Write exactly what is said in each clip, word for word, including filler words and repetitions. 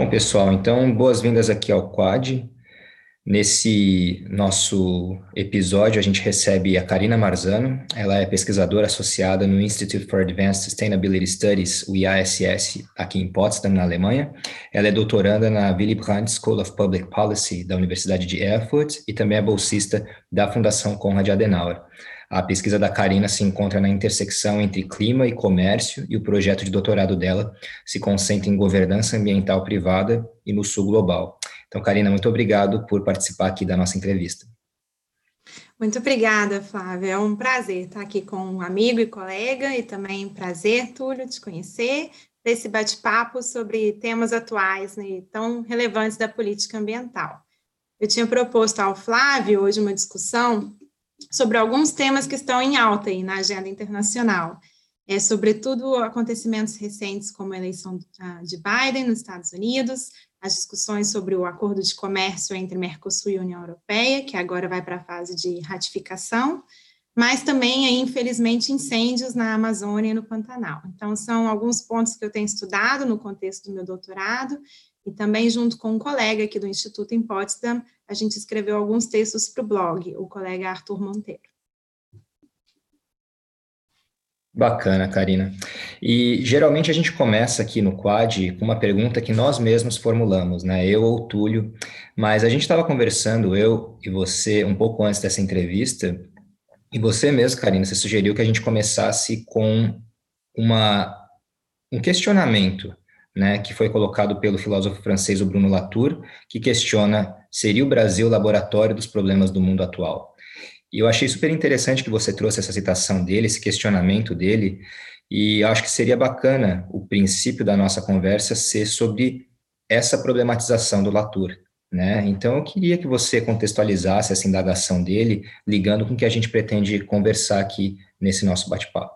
Bom, pessoal, então, boas-vindas aqui ao Quad. Nesse nosso episódio, a gente recebe a Karina Marzano. Ela é pesquisadora associada no Institute for Advanced Sustainability Studies, o I A S S, aqui em Potsdam, na Alemanha. Ela é doutoranda na Willy Brandt School of Public Policy da Universidade de Erfurt e também é bolsista da Fundação Konrad Adenauer. A pesquisa da Karina se encontra na intersecção entre clima e comércio, e o projeto de doutorado dela se concentra em governança ambiental privada e no sul global. Então, Karina, muito obrigado por participar aqui da nossa entrevista. Muito obrigada, Flávia. É um prazer estar aqui com um amigo e colega, e também um prazer, Túlio, te conhecer, desse bate-papo sobre temas atuais, né, tão relevantes da política ambiental. Eu tinha proposto ao Flávio hoje uma discussão sobre alguns temas que estão em alta aí na agenda internacional, é, sobretudo acontecimentos recentes como a eleição de Biden nos Estados Unidos, as discussões sobre o acordo de comércio entre Mercosul e União Europeia, que agora vai para a fase de ratificação, mas também, aí, infelizmente, incêndios na Amazônia e no Pantanal. Então, são alguns pontos que eu tenho estudado no contexto do meu doutorado, e também, junto com um colega aqui do Instituto em Potsdam, a gente escreveu alguns textos para o blog, o colega Arthur Monteiro. Bacana, Karina. E geralmente a gente começa aqui no Quad com uma pergunta que nós mesmos formulamos, né? Eu ou o Túlio, mas a gente estava conversando, eu e você, um pouco antes dessa entrevista, e você mesmo, Karina, você sugeriu que a gente começasse com uma, um questionamento, né, que foi colocado pelo filósofo francês o Bruno Latour, que questiona: seria o Brasil o laboratório dos problemas do mundo atual? E eu achei super interessante que você trouxe essa citação dele, esse questionamento dele, e eu acho que seria bacana o princípio da nossa conversa ser sobre essa problematização do Latour, né? Então, eu queria que você contextualizasse essa indagação dele, ligando com o que a gente pretende conversar aqui nesse nosso bate-papo.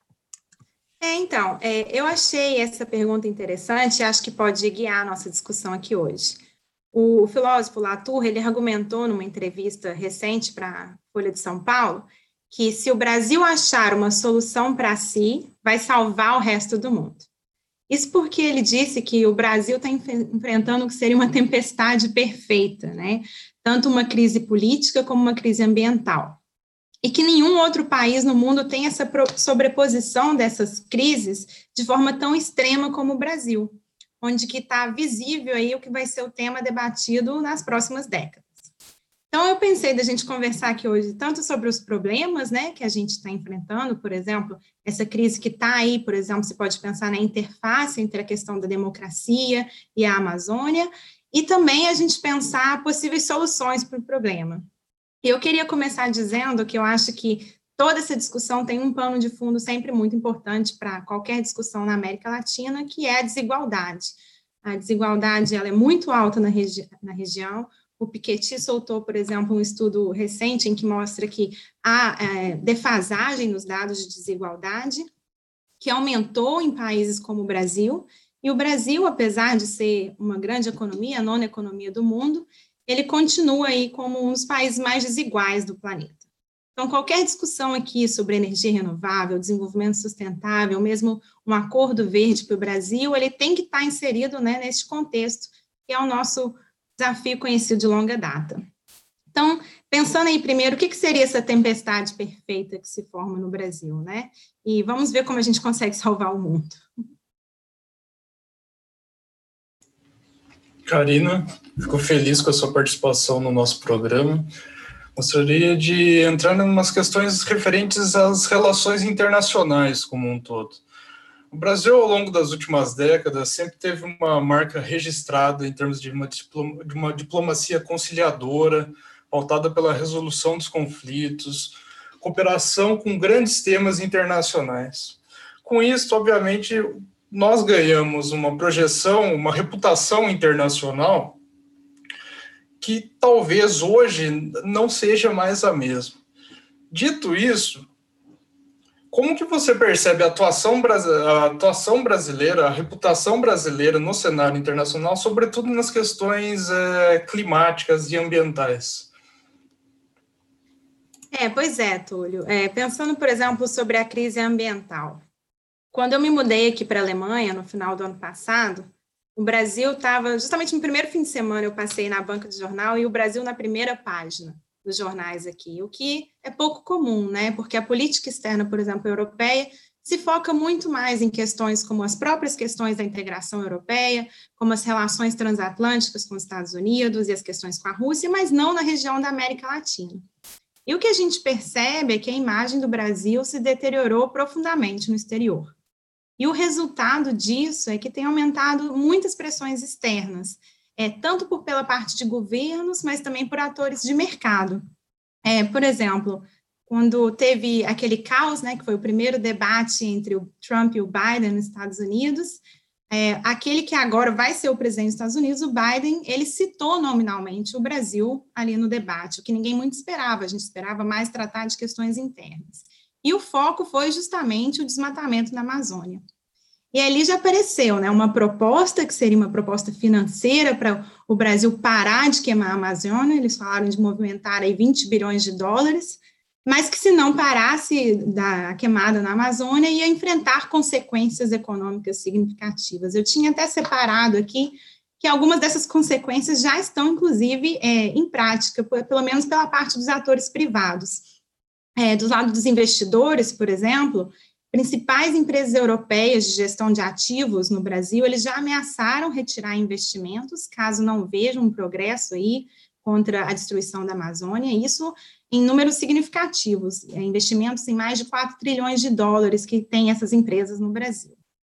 É, então, é, eu achei essa pergunta interessante e acho que pode guiar a nossa discussão aqui hoje. O filósofo Latour, ele argumentou numa entrevista recente para a Folha de São Paulo que se o Brasil achar uma solução para si, vai salvar o resto do mundo. Isso porque ele disse que o Brasil está enfrentando o que seria uma tempestade perfeita, né? Tanto uma crise política como uma crise ambiental. E que nenhum outro país no mundo tem essa sobreposição dessas crises de forma tão extrema como o Brasil, onde que está visível aí o que vai ser o tema debatido nas próximas décadas. Então, eu pensei da gente conversar aqui hoje tanto sobre os problemas, né, que a gente está enfrentando, por exemplo, essa crise que está aí, por exemplo, você pode pensar na interface entre a questão da democracia e a Amazônia, e também a gente pensar possíveis soluções para o problema. E eu queria começar dizendo que eu acho que toda essa discussão tem um pano de fundo sempre muito importante para qualquer discussão na América Latina, que é a desigualdade. A desigualdade ela é muito alta na, regi na região. O Piketty soltou, por exemplo, um estudo recente em que mostra que há é, defasagem nos dados de desigualdade, que aumentou em países como o Brasil, e o Brasil, apesar de ser uma grande economia, a nona economia do mundo, ele continua aí como um dos países mais desiguais do planeta. Então, qualquer discussão aqui sobre energia renovável, desenvolvimento sustentável, mesmo um acordo verde para o Brasil, ele tem que estar inserido, né, nesse contexto, que é o nosso desafio conhecido de longa data. Então, pensando aí primeiro, o que, que seria essa tempestade perfeita que se forma no Brasil, né? E vamos ver como a gente consegue salvar o mundo. Karina, fico feliz com a sua participação no nosso programa. Gostaria de entrar em umas questões referentes às relações internacionais como um todo. O Brasil, ao longo das últimas décadas, sempre teve uma marca registrada em termos de uma, diploma, de uma diplomacia conciliadora, pautada pela resolução dos conflitos, cooperação com grandes temas internacionais. Com isso, obviamente, nós ganhamos uma projeção, uma reputação internacional que talvez hoje não seja mais a mesma. Dito isso, como que você percebe a atuação, a atuação brasileira, a reputação brasileira no cenário internacional, sobretudo nas questões é, climáticas e ambientais? É, pois é, Túlio. É, pensando, por exemplo, sobre a crise ambiental. Quando eu me mudei aqui para a Alemanha, no final do ano passado, o Brasil estava, justamente no primeiro fim de semana eu passei na banca de jornal e o Brasil na primeira página dos jornais aqui, o que é pouco comum, né? Porque a política externa, por exemplo, europeia, se foca muito mais em questões como as próprias questões da integração europeia, como as relações transatlânticas com os Estados Unidos e as questões com a Rússia, mas não na região da América Latina. E o que a gente percebe é que a imagem do Brasil se deteriorou profundamente no exterior. E o resultado disso é que tem aumentado muitas pressões externas, é, tanto por, pela parte de governos, mas também por atores de mercado. É, por exemplo, quando teve aquele caos, né, que foi o primeiro debate entre o Trump e o Biden nos Estados Unidos, é, aquele que agora vai ser o presidente dos Estados Unidos, o Biden, ele citou nominalmente o Brasil ali no debate, o que ninguém muito esperava, a gente esperava mais tratar de questões internas. E o foco foi justamente o desmatamento na Amazônia. E ali já apareceu, né, uma proposta que seria uma proposta financeira para o Brasil parar de queimar a Amazônia, eles falaram de movimentar aí vinte bilhões de dólares, mas que se não parasse da queimada na Amazônia, ia enfrentar consequências econômicas significativas. Eu tinha até separado aqui que algumas dessas consequências já estão, inclusive, é, em prática, pelo menos pela parte dos atores privados. É, do lado dos investidores, por exemplo, principais empresas europeias de gestão de ativos no Brasil, eles já ameaçaram retirar investimentos, caso não vejam um progresso aí contra a destruição da Amazônia, isso em números significativos, investimentos em mais de quatro trilhões de dólares que tem essas empresas no Brasil.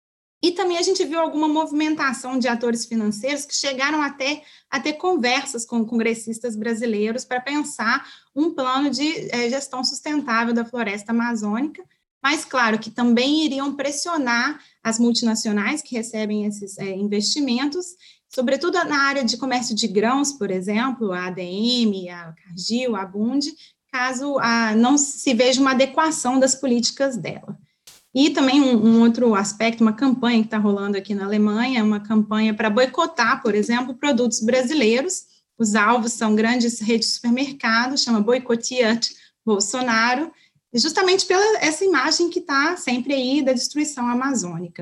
E também a gente viu alguma movimentação de atores financeiros que chegaram até a ter conversas com congressistas brasileiros para pensar um plano de é, gestão sustentável da floresta amazônica, mas, claro, que também iriam pressionar as multinacionais que recebem esses é, investimentos, sobretudo na área de comércio de grãos, por exemplo, a A D M, a Cargill, a Bund, caso a, não se veja uma adequação das políticas dela. E também um, um outro aspecto, uma campanha que está rolando aqui na Alemanha, uma campanha para boicotar, por exemplo, produtos brasileiros. Os alvos são grandes redes de supermercados, chama Boicoteat Bolsonaro, justamente pela essa imagem que está sempre aí da destruição amazônica.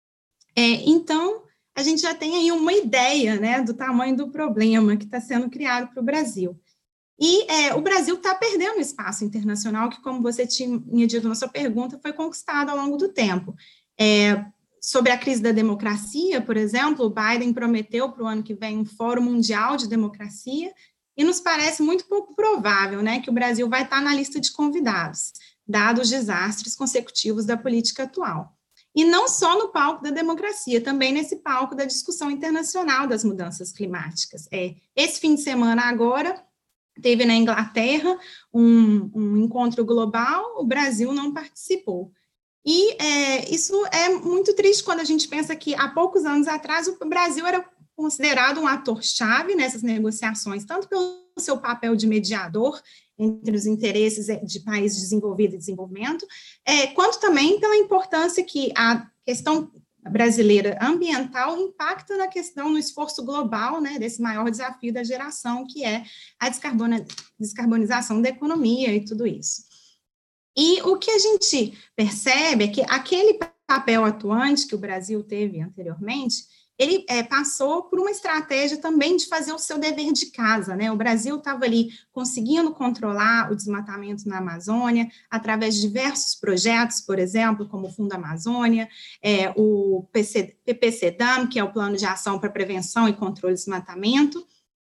É, então, a gente já tem aí uma ideia, né, do tamanho do problema que está sendo criado para o Brasil. E é, o Brasil está perdendo espaço internacional, que, como você tinha dito na sua pergunta, foi conquistado ao longo do tempo. É, sobre a crise da democracia, por exemplo, o Biden prometeu para o ano que vem um Fórum Mundial de Democracia, e nos parece muito pouco provável, né, que o Brasil vai estar na lista de convidados, dados os desastres consecutivos da política atual. E não só no palco da democracia, também nesse palco da discussão internacional das mudanças climáticas. É, esse fim de semana agora, teve na Inglaterra um, um encontro global, o Brasil não participou. E é, isso é muito triste quando a gente pensa que há poucos anos atrás o Brasil era considerado um ator-chave nessas negociações, tanto pelo seu papel de mediador entre os interesses de países desenvolvidos e desenvolvimento, é, quanto também pela importância que a questão brasileira ambiental impacta na questão, no esforço global, né, desse maior desafio da geração, que é a descarbonização da economia e tudo isso. E o que a gente percebe é que aquele papel atuante que o Brasil teve anteriormente, ele é, passou por uma estratégia também de fazer o seu dever de casa, né? O Brasil estava ali conseguindo controlar o desmatamento na Amazônia através de diversos projetos, por exemplo, como o Fundo Amazônia, é, o P P C D A M, que é o Plano de Ação para Prevenção e Controle do Desmatamento,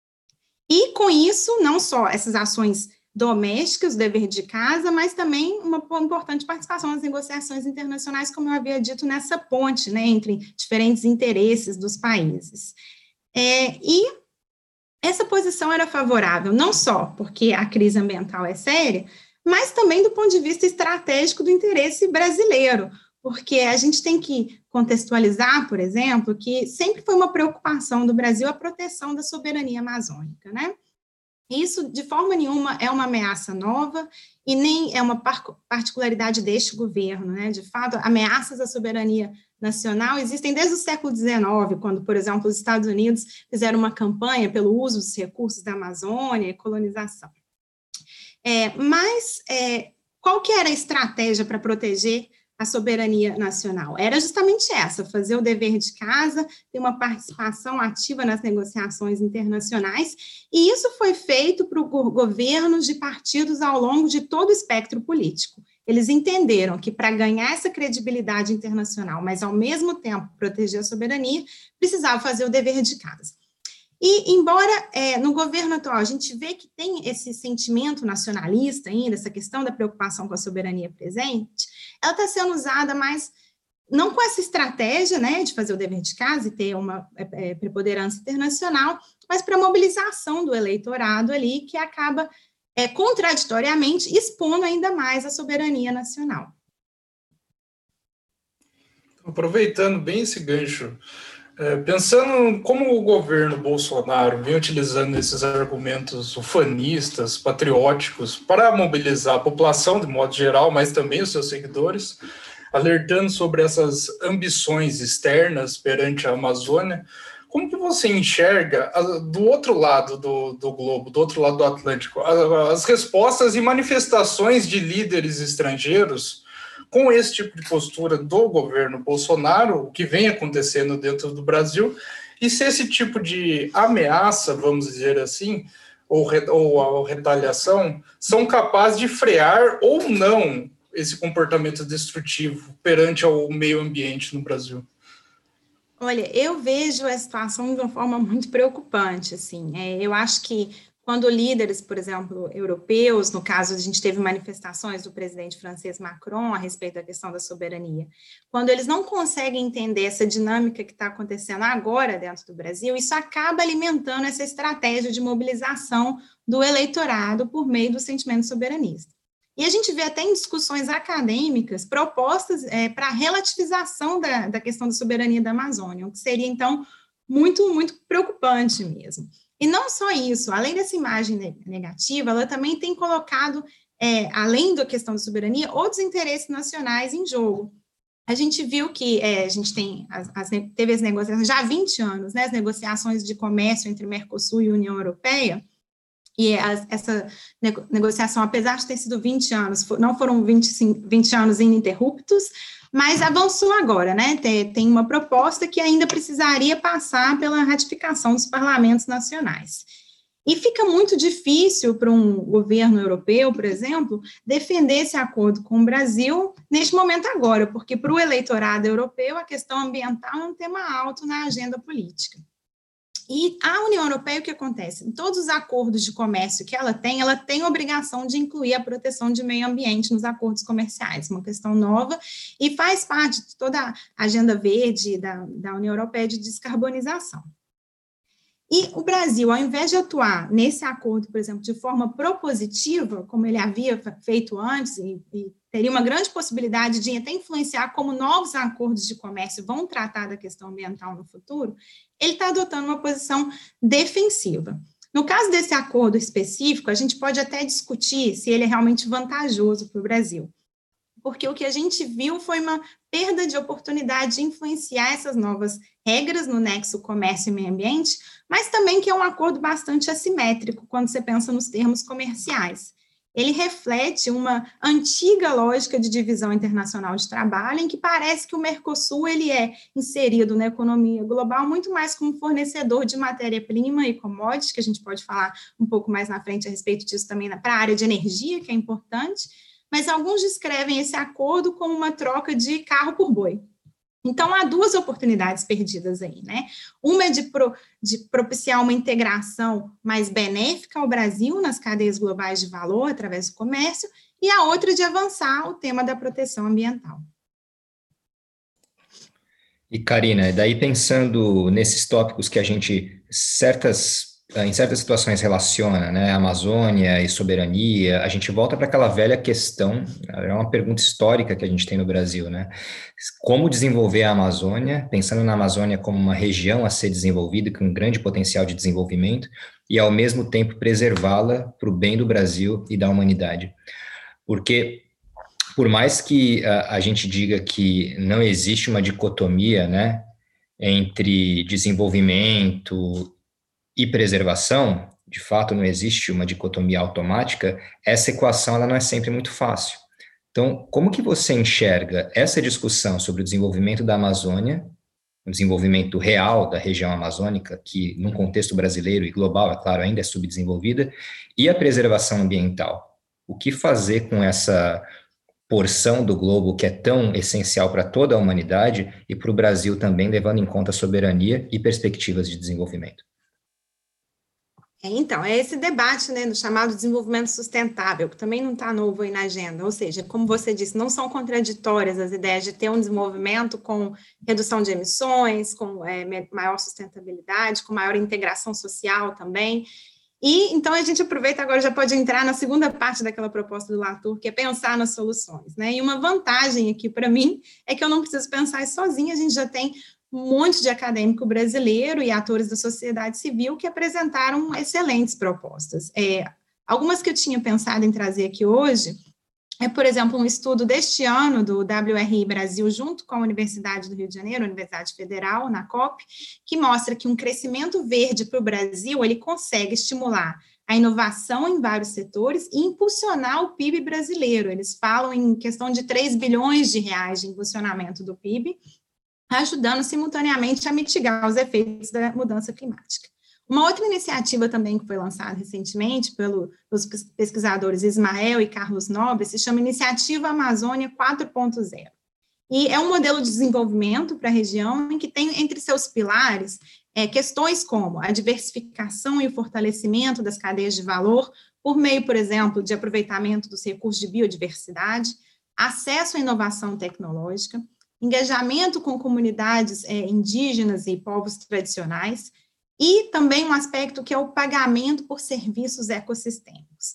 e com isso, não só essas ações domésticas, o dever de casa, mas também uma importante participação nas negociações internacionais, como eu havia dito, nessa ponte, né, entre diferentes interesses dos países. É, e essa posição era favorável, não só porque a crise ambiental é séria, mas também do ponto de vista estratégico do interesse brasileiro, porque a gente tem que contextualizar, por exemplo, que sempre foi uma preocupação do Brasil a proteção da soberania amazônica, né? Isso, de forma nenhuma, é uma ameaça nova e nem é uma particularidade deste governo, né? De fato, ameaças à soberania nacional existem desde o século dezenove, quando, por exemplo, os Estados Unidos fizeram uma campanha pelo uso dos recursos da Amazônia e colonização. É, mas é, qual que era a estratégia para proteger a soberania nacional? Era justamente essa, fazer o dever de casa, ter uma participação ativa nas negociações internacionais, e isso foi feito por governos de partidos ao longo de todo o espectro político. Eles entenderam que para ganhar essa credibilidade internacional, mas ao mesmo tempo proteger a soberania, precisava fazer o dever de casa. E, embora é, no governo atual a gente vê que tem esse sentimento nacionalista ainda, essa questão da preocupação com a soberania presente, ela está sendo usada mais, não com essa estratégia, né, de fazer o dever de casa e ter uma é, preponderância internacional, mas para mobilização do eleitorado ali, que acaba, é, contraditoriamente, expondo ainda mais a soberania nacional. Aproveitando bem esse gancho, É, pensando como o governo Bolsonaro vem utilizando esses argumentos ufanistas, patrióticos, para mobilizar a população de modo geral, mas também os seus seguidores, alertando sobre essas ambições externas perante a Amazônia, como que você enxerga do outro lado do, do globo, do outro lado do Atlântico, as respostas e manifestações de líderes estrangeiros com esse tipo de postura do governo Bolsonaro, o que vem acontecendo dentro do Brasil, e se esse tipo de ameaça, vamos dizer assim, ou, re, ou a retaliação, são capazes de frear ou não esse comportamento destrutivo perante ao meio ambiente no Brasil? Olha, eu vejo a situação de uma forma muito preocupante, assim, é, eu acho que quando líderes, por exemplo, europeus, no caso, a gente teve manifestações do presidente francês Macron a respeito da questão da soberania, quando eles não conseguem entender essa dinâmica que está acontecendo agora dentro do Brasil, isso acaba alimentando essa estratégia de mobilização do eleitorado por meio do sentimento soberanista. E a gente vê até em discussões acadêmicas propostas é, para a relativização da, da questão da soberania da Amazônia, o que seria, então, muito, muito preocupante mesmo. E não só isso, além dessa imagem negativa, ela também tem colocado, é, além da questão da soberania, outros interesses nacionais em jogo. A gente viu que é, a gente tem as, as, teve as negociações, já há vinte anos, né, as negociações de comércio entre Mercosul e União Europeia, e as, essa nego, negociação, apesar de ter sido vinte anos, for, não foram vinte, vinte anos ininterruptos, mas avançou agora, né? Tem, tem uma proposta que ainda precisaria passar pela ratificação dos parlamentos nacionais. E fica muito difícil para um governo europeu, por exemplo, defender esse acordo com o Brasil neste momento agora, porque para o eleitorado europeu a questão ambiental é um tema alto na agenda política. E a União Europeia, o que acontece? Em todos os acordos de comércio que ela tem, ela tem a obrigação de incluir a proteção de meio ambiente nos acordos comerciais, uma questão nova, e faz parte de toda a agenda verde da, da União Europeia de descarbonização. E o Brasil, ao invés de atuar nesse acordo, por exemplo, de forma propositiva, como ele havia feito antes, e, e teria uma grande possibilidade de até influenciar como novos acordos de comércio vão tratar da questão ambiental no futuro, ele está adotando uma posição defensiva. No caso desse acordo específico, a gente pode até discutir se ele é realmente vantajoso para o Brasil, porque o que a gente viu foi uma perda de oportunidade de influenciar essas novas regras no nexo comércio e meio ambiente, mas também que é um acordo bastante assimétrico quando você pensa nos termos comerciais. Ele reflete uma antiga lógica de divisão internacional de trabalho, em que parece que o Mercosul ele é inserido na economia global muito mais como fornecedor de matéria-prima e commodities, que a gente pode falar um pouco mais na frente a respeito disso também para a área de energia, que é importante, mas alguns descrevem esse acordo como uma troca de carro por boi. Então, há duas oportunidades perdidas aí, né? Uma é de, pro, de propiciar uma integração mais benéfica ao Brasil nas cadeias globais de valor, através do comércio, e a outra de avançar o tema da proteção ambiental. E, Karina, daí pensando nesses tópicos que a gente, certas, em certas situações relaciona, né, Amazônia e soberania, a gente volta para aquela velha questão, é uma pergunta histórica que a gente tem no Brasil, né? Como desenvolver a Amazônia, pensando na Amazônia como uma região a ser desenvolvida, com um grande potencial de desenvolvimento, e ao mesmo tempo preservá-la para o bem do Brasil e da humanidade. Porque, por mais que a, a gente diga que não existe uma dicotomia, né, entre desenvolvimento e preservação, de fato não existe uma dicotomia automática, essa equação ela não é sempre muito fácil. Então, como que você enxerga essa discussão sobre o desenvolvimento da Amazônia, o desenvolvimento real da região amazônica, que num contexto brasileiro e global, é claro, ainda é subdesenvolvida, e a preservação ambiental? O que fazer com essa porção do globo que é tão essencial para toda a humanidade e para o Brasil também, levando em conta a soberania e perspectivas de desenvolvimento? É, então, é esse debate, né, do chamado desenvolvimento sustentável, que também não está novo aí na agenda, ou seja, como você disse, não são contraditórias as ideias de ter um desenvolvimento com redução de emissões, com é, maior sustentabilidade, com maior integração social também. E então a gente aproveita agora, já pode entrar na segunda parte daquela proposta do Latour, que é pensar nas soluções, né? E uma vantagem aqui para mim é que eu não preciso pensar isso sozinha, a gente já tem um monte de acadêmico brasileiro e atores da sociedade civil que apresentaram excelentes propostas. É, algumas que eu tinha pensado em trazer aqui hoje é, por exemplo, um estudo deste ano do W R I Brasil, junto com a Universidade do Rio de Janeiro, a Universidade Federal, na COP, que mostra que um crescimento verde para o Brasil, ele consegue estimular a inovação em vários setores e impulsionar o P I B brasileiro. Eles falam em questão de três bilhões de reais de impulsionamento do P I B, ajudando simultaneamente a mitigar os efeitos da mudança climática. Uma outra iniciativa também que foi lançada recentemente pelos pesquisadores Ismael e Carlos Nobre se chama Iniciativa Amazônia quatro ponto zero. E é um modelo de desenvolvimento para a região em que tem entre seus pilares é, questões como a diversificação e o fortalecimento das cadeias de valor, por meio, por exemplo, de aproveitamento dos recursos de biodiversidade, acesso à inovação tecnológica, engajamento com comunidades é, indígenas e povos tradicionais, e também um aspecto que é o pagamento por serviços ecossistêmicos.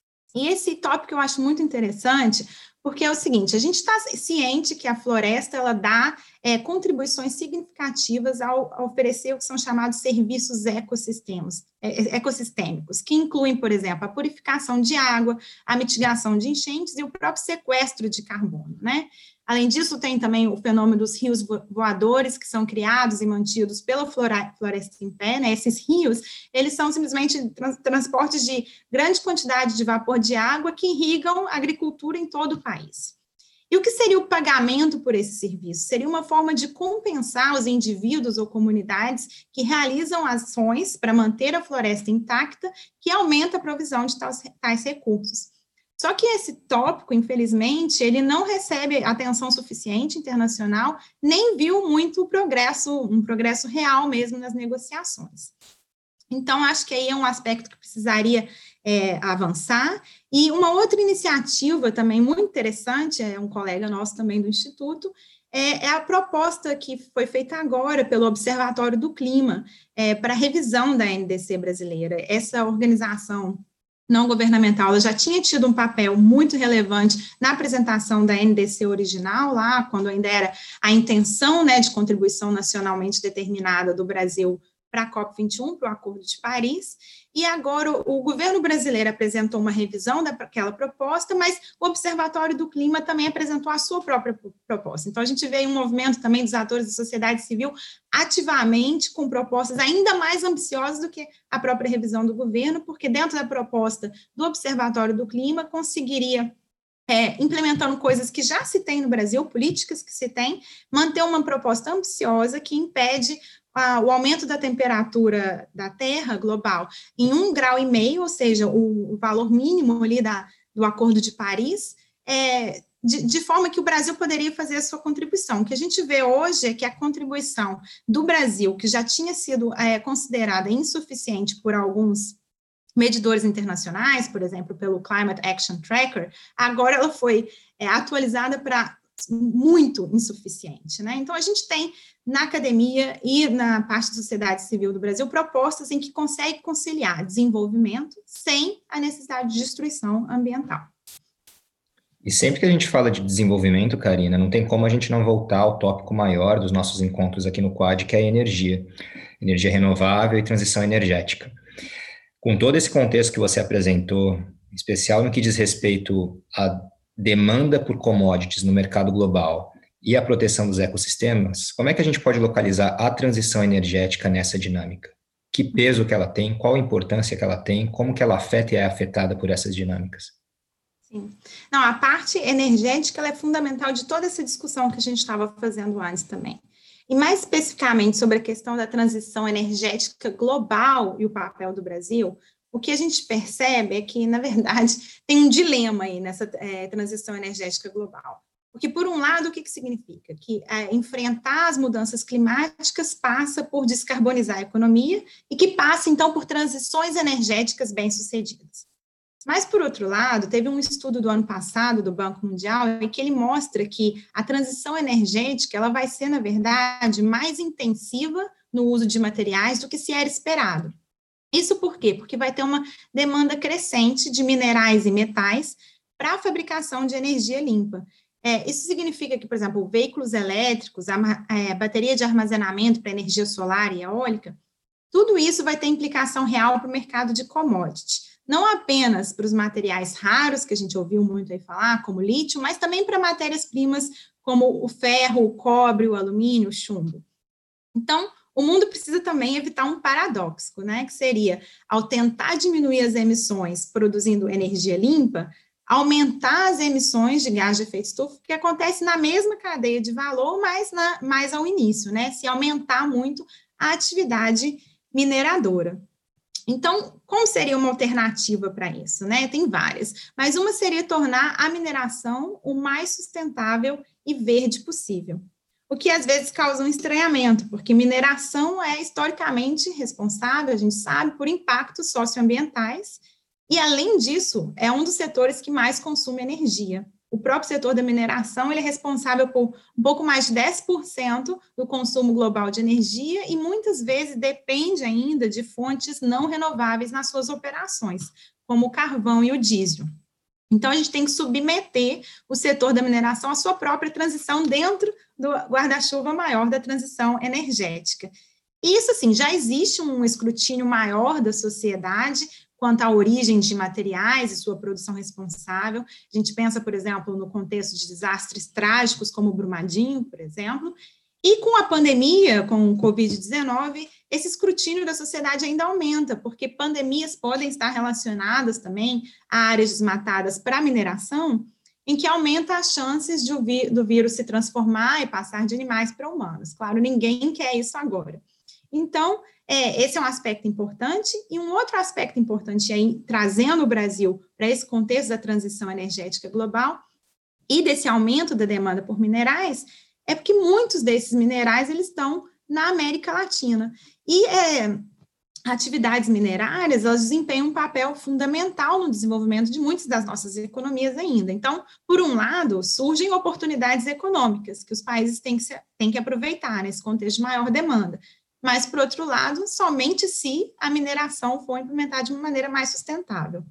E esse tópico eu acho muito interessante, porque é o seguinte, a gente está ciente que a floresta, ela dá é, contribuições significativas ao, ao oferecer o que são chamados serviços ecossistemas, é, ecossistêmicos, que incluem, por exemplo, a purificação de água, a mitigação de enchentes e o próprio sequestro de carbono, né? Além disso, tem também o fenômeno dos rios voadores, que são criados e mantidos pela floresta em pé, né? Esses rios, eles são simplesmente trans transportes de grande quantidade de vapor de água que irrigam a agricultura em todo o país. E o que seria o pagamento por esse serviço? Seria uma forma de compensar os indivíduos ou comunidades que realizam ações para manter a floresta intacta, que aumenta a provisão de tais, tais recursos. Só que esse tópico, infelizmente, ele não recebe atenção suficiente internacional, nem viu muito progresso, um progresso real mesmo nas negociações. Então, acho que aí é um aspecto que precisaria é, avançar. E uma outra iniciativa também muito interessante, é um colega nosso também do Instituto, é, é a proposta que foi feita agora pelo Observatório do Clima, é, para a revisão da N D C brasileira. Essa organização não governamental, ela já tinha tido um papel muito relevante na apresentação da N D C original, lá, quando ainda era a intenção, né, de contribuição nacionalmente determinada do Brasil para a COP vinte e um, para o Acordo de Paris, e agora o, o governo brasileiro apresentou uma revisão daquela proposta, mas o Observatório do Clima também apresentou a sua própria proposta. Então, a gente vê um movimento também dos atores da sociedade civil ativamente com propostas ainda mais ambiciosas do que a própria revisão do governo, porque dentro da proposta do Observatório do Clima conseguiria, É, implementando coisas que já se tem no Brasil, políticas que se tem, manter uma proposta ambiciosa que impede a, o aumento da temperatura da Terra global em um grau e meio, ou seja, o, o valor mínimo ali da, do Acordo de Paris, é, de, de forma que o Brasil poderia fazer a sua contribuição. O que a gente vê hoje é que a contribuição do Brasil, que já tinha sido é, considerada insuficiente por alguns medidores internacionais, por exemplo, pelo Climate Action Tracker, agora ela foi é, atualizada para muito insuficiente, né? Então, a gente tem na academia e na parte da sociedade civil do Brasil propostas em que consegue conciliar desenvolvimento sem a necessidade de destruição ambiental. E sempre que a gente fala de desenvolvimento, Karina, não tem como a gente não voltar ao tópico maior dos nossos encontros aqui no Quad, que é a energia. Energia renovável e transição energética. Com todo esse contexto que você apresentou, em especial no que diz respeito à demanda por commodities no mercado global e à proteção dos ecossistemas, como é que a gente pode localizar a transição energética nessa dinâmica? Que peso que ela tem, qual a importância que ela tem, como que ela afeta e é afetada por essas dinâmicas? Sim. Não, a parte energética ela é fundamental de toda essa discussão que a gente estava fazendo antes também. E mais especificamente sobre a questão da transição energética global e o papel do Brasil, o que a gente percebe é que, na verdade, tem um dilema aí nessa é, transição energética global. Porque, por um lado, o que, que significa? Que é, enfrentar as mudanças climáticas passa por descarbonizar a economia e que passa, então, por transições energéticas bem-sucedidas. Mas, por outro lado, teve um estudo do ano passado do Banco Mundial em que ele mostra que a transição energética ela vai ser, na verdade, mais intensiva no uso de materiais do que se era esperado. Isso por quê? Porque vai ter uma demanda crescente de minerais e metais para a fabricação de energia limpa. É, isso significa que, por exemplo, veículos elétricos, a, a bateria de armazenamento para energia solar e eólica, tudo isso vai ter implicação real para o mercado de commodity. Não apenas para os materiais raros, que a gente ouviu muito aí falar, como lítio, mas também para matérias-primas como o ferro, o cobre, o alumínio, o chumbo. Então, o mundo precisa também evitar um paradoxo, né, que seria, ao tentar diminuir as emissões produzindo energia limpa, aumentar as emissões de gás de efeito estufa, que acontece na mesma cadeia de valor, mas na, mais ao início, né, se aumentar muito a atividade mineradora. Então, como seria uma alternativa para isso, né? Tem várias, mas uma seria tornar a mineração o mais sustentável e verde possível, o que às vezes causa um estranhamento, porque mineração é historicamente responsável, a gente sabe, por impactos socioambientais, e além disso, é um dos setores que mais consome energia. O próprio setor da mineração ele é responsável por um pouco mais de dez por cento do consumo global de energia e muitas vezes depende ainda de fontes não renováveis nas suas operações, como o carvão e o diesel. Então, a gente tem que submeter o setor da mineração à sua própria transição dentro do guarda-chuva maior da transição energética. E isso, assim, já existe um escrutínio maior da sociedade quanto à origem de materiais e sua produção responsável. A gente pensa, por exemplo, no contexto de desastres trágicos, como o Brumadinho, por exemplo, e com a pandemia, com o covid dezenove, esse escrutínio da sociedade ainda aumenta, porque pandemias podem estar relacionadas também a áreas desmatadas para mineração, em que aumenta as chances de o vi- do vírus se transformar e passar de animais para humanos. Claro, ninguém quer isso agora. Então, é, esse é um aspecto importante, e um outro aspecto importante aí, trazendo o Brasil para esse contexto da transição energética global e desse aumento da demanda por minerais, é porque muitos desses minerais eles estão na América Latina. E é, atividades minerárias, elas desempenham um papel fundamental no desenvolvimento de muitas das nossas economias ainda. Então, por um lado, surgem oportunidades econômicas que os países têm que, se, têm que aproveitar nesse contexto de maior demanda. Mas, por outro lado, somente se a mineração for implementada de uma maneira mais sustentável.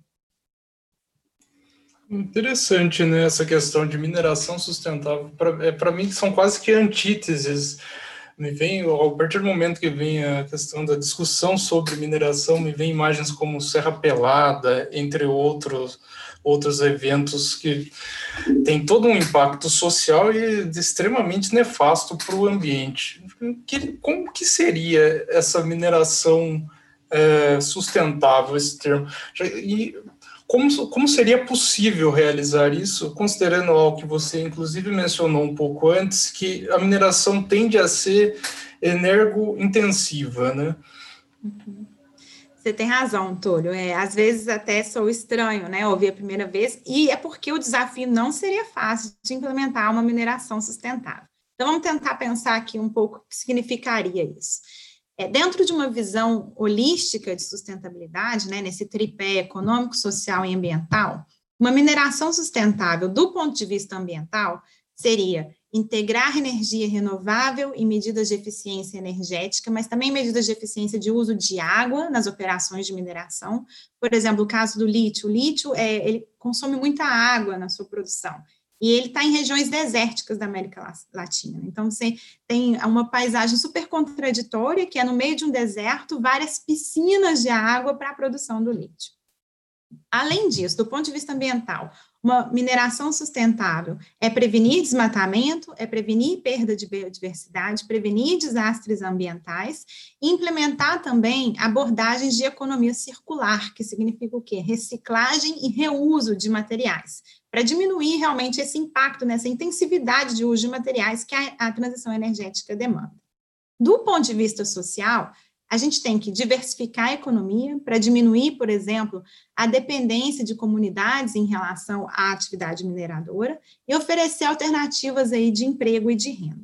Interessante, né, essa questão de mineração sustentável. Para mim, são quase que antíteses. Me vem, a partir do momento que vem a questão da discussão sobre mineração, me vem imagens como Serra Pelada, entre outros, outros eventos que têm todo um impacto social e extremamente nefasto para o ambiente. Que, como que seria essa mineração é, sustentável, esse termo? E como, como seria possível realizar isso, considerando algo que você inclusive mencionou um pouco antes, que a mineração tende a ser energo-intensiva, né? Uhum. Você tem razão, Túlio. É, às vezes até sou estranho, né, ouvir a primeira vez, e é porque o desafio não seria fácil de implementar uma mineração sustentável. Então, vamos tentar pensar aqui um pouco o que significaria isso. É, dentro de uma visão holística de sustentabilidade, né, nesse tripé econômico, social e ambiental, uma mineração sustentável do ponto de vista ambiental seria integrar energia renovável e medidas de eficiência energética, mas também medidas de eficiência de uso de água nas operações de mineração. Por exemplo, o caso do lítio. O lítio, é, ele consome muita água na sua produção, e ele está em regiões desérticas da América Latina. Então, você tem uma paisagem super contraditória, que é no meio de um deserto, várias piscinas de água para a produção do lítio. Além disso, do ponto de vista ambiental, uma mineração sustentável é prevenir desmatamento, é prevenir perda de biodiversidade, prevenir desastres ambientais e implementar também abordagens de economia circular, que significa o quê? Reciclagem e reuso de materiais, para diminuir realmente esse impacto, nessa intensividade de uso de materiais que a, a transição energética demanda. Do ponto de vista social, a gente tem que diversificar a economia para diminuir, por exemplo, a dependência de comunidades em relação à atividade mineradora e oferecer alternativas aí de emprego e de renda.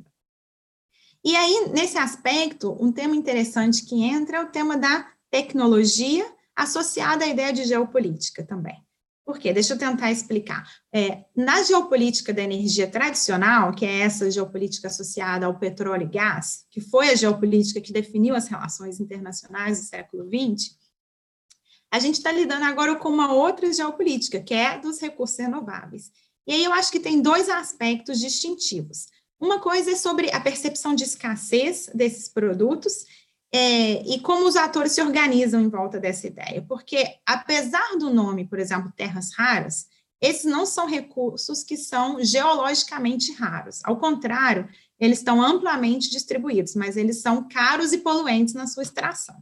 E aí, nesse aspecto, um tema interessante que entra é o tema da tecnologia associada à ideia de geopolítica também. Por quê? Deixa eu tentar explicar. É, na geopolítica da energia tradicional, que é essa geopolítica associada ao petróleo e gás, que foi a geopolítica que definiu as relações internacionais do século vinte, a gente está lidando agora com uma outra geopolítica, que é dos recursos renováveis. E aí eu acho que tem dois aspectos distintivos. Uma coisa é sobre a percepção de escassez desses produtos, É, e como os atores se organizam em volta dessa ideia, porque apesar do nome, por exemplo, terras raras, esses não são recursos que são geologicamente raros, ao contrário, eles estão amplamente distribuídos, mas eles são caros e poluentes na sua extração.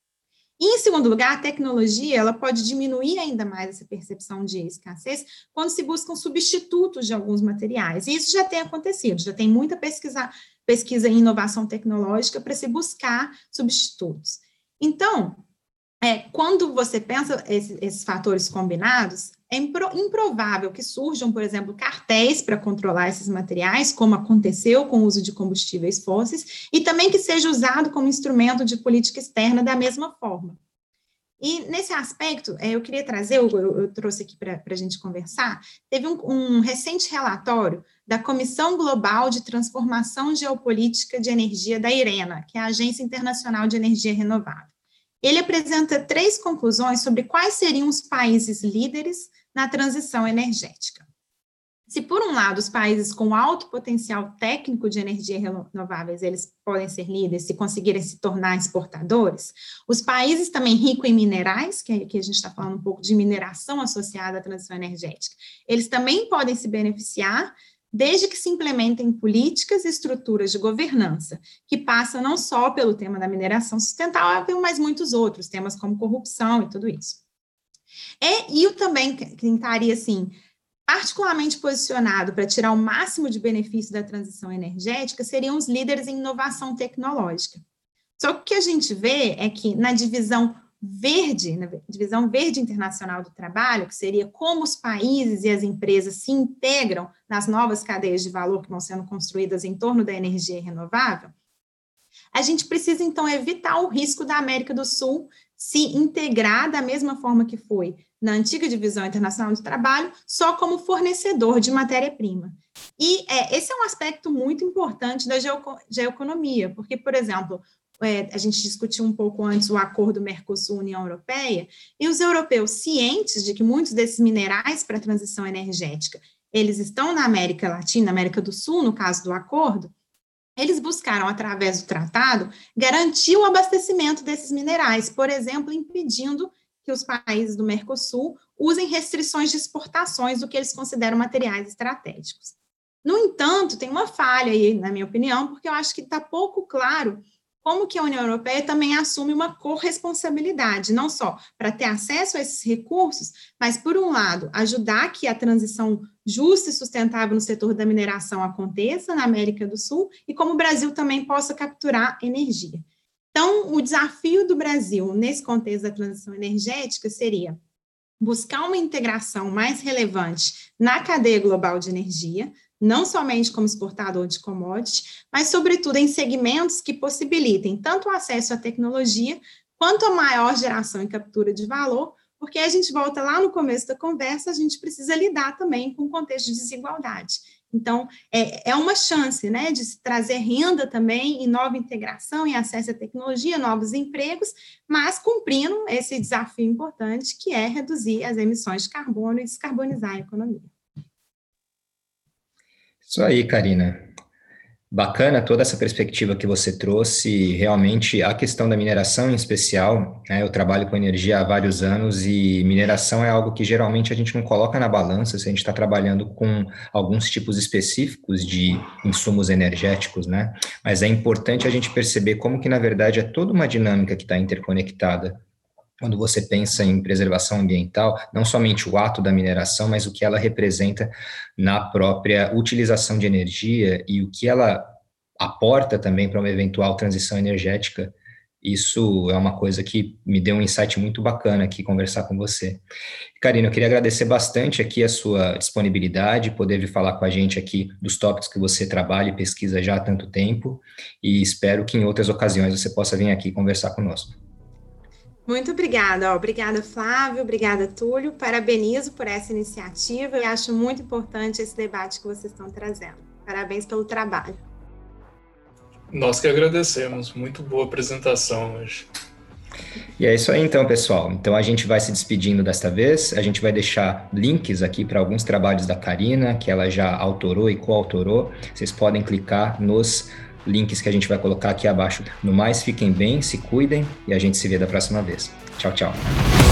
E, em segundo lugar, a tecnologia ela pode diminuir ainda mais essa percepção de escassez quando se buscam substitutos de alguns materiais. E isso já tem acontecido, já tem muita pesquisa, pesquisa em inovação tecnológica para se buscar substitutos. Então, é, quando você pensa esses, esses fatores combinados, é impro, improvável que surjam, por exemplo, cartéis para controlar esses materiais, como aconteceu com o uso de combustíveis fósseis, e também que seja usado como instrumento de política externa da mesma forma. E nesse aspecto, eu queria trazer, eu, eu trouxe aqui para a gente conversar, teve um, um recente relatório da Comissão Global de Transformação Geopolítica de Energia da IRENA, que é a Agência Internacional de Energia Renovável. Ele apresenta três conclusões sobre quais seriam os países líderes na transição energética. Se, por um lado, os países com alto potencial técnico de energia renováveis, eles podem ser líderes se conseguirem se tornar exportadores, os países também ricos em minerais, que, que a gente está falando um pouco de mineração associada à transição energética, eles também podem se beneficiar desde que se implementem políticas e estruturas de governança, que passam não só pelo tema da mineração sustentável, mas muitos outros, temas como corrupção e tudo isso. E eu também tentaria, assim, particularmente posicionado para tirar o máximo de benefício da transição energética, seriam os líderes em inovação tecnológica. Só que o que a gente vê é que na divisão verde, na divisão verde internacional do trabalho, que seria como os países e as empresas se integram nas novas cadeias de valor que vão sendo construídas em torno da energia renovável, a gente precisa, então, evitar o risco da América do Sul se integrar da mesma forma que foi na antiga divisão internacional do trabalho, só como fornecedor de matéria-prima. E é, esse é um aspecto muito importante da geoeconomia, porque, por exemplo, É, a gente discutiu um pouco antes o acordo Mercosul-União Europeia, e os europeus, cientes de que muitos desses minerais para a transição energética, eles estão na América Latina, na América do Sul, no caso do acordo, eles buscaram, através do tratado, garantir o abastecimento desses minerais, por exemplo, impedindo que os países do Mercosul usem restrições de exportações do que eles consideram materiais estratégicos. No entanto, tem uma falha aí, na minha opinião, porque eu acho que está pouco claro como que a União Europeia também assume uma corresponsabilidade, não só para ter acesso a esses recursos, mas, por um lado, ajudar que a transição justa e sustentável no setor da mineração aconteça na América do Sul e como o Brasil também possa capturar energia. Então, o desafio do Brasil, nesse contexto da transição energética, seria buscar uma integração mais relevante na cadeia global de energia, não somente como exportador de commodities, mas, sobretudo, em segmentos que possibilitem tanto o acesso à tecnologia, quanto a maior geração e captura de valor, porque a gente volta lá no começo da conversa, a gente precisa lidar também com o contexto de desigualdade. Então, é, é uma chance, né, de se trazer renda também e nova integração e acesso à tecnologia, novos empregos, mas cumprindo esse desafio importante, que é reduzir as emissões de carbono e descarbonizar a economia. Isso aí, Karina. Bacana toda essa perspectiva que você trouxe, realmente a questão da mineração em especial, né, eu trabalho com energia há vários anos e mineração é algo que geralmente a gente não coloca na balança se a gente está trabalhando com alguns tipos específicos de insumos energéticos, né, mas é importante a gente perceber como que na verdade é toda uma dinâmica que está interconectada. Quando você pensa em preservação ambiental, não somente o ato da mineração, mas o que ela representa na própria utilização de energia e o que ela aporta também para uma eventual transição energética, isso é uma coisa que me deu um insight muito bacana aqui conversar com você. Karina, eu queria agradecer bastante aqui a sua disponibilidade, poder vir falar com a gente aqui dos tópicos que você trabalha e pesquisa já há tanto tempo, e espero que em outras ocasiões você possa vir aqui conversar conosco. Muito obrigada, ó. Obrigada, Flávio, obrigada, Túlio. Parabenizo por essa iniciativa e acho muito importante esse debate que vocês estão trazendo. Parabéns pelo trabalho. Nós que agradecemos, muito boa apresentação hoje. E é isso aí então, pessoal. Então a gente vai se despedindo desta vez, a gente vai deixar links aqui para alguns trabalhos da Karina, que ela já autorou e coautorou. Vocês podem clicar nos links que a gente vai colocar aqui abaixo. No mais, fiquem bem, se cuidem e a gente se vê da próxima vez. Tchau, tchau.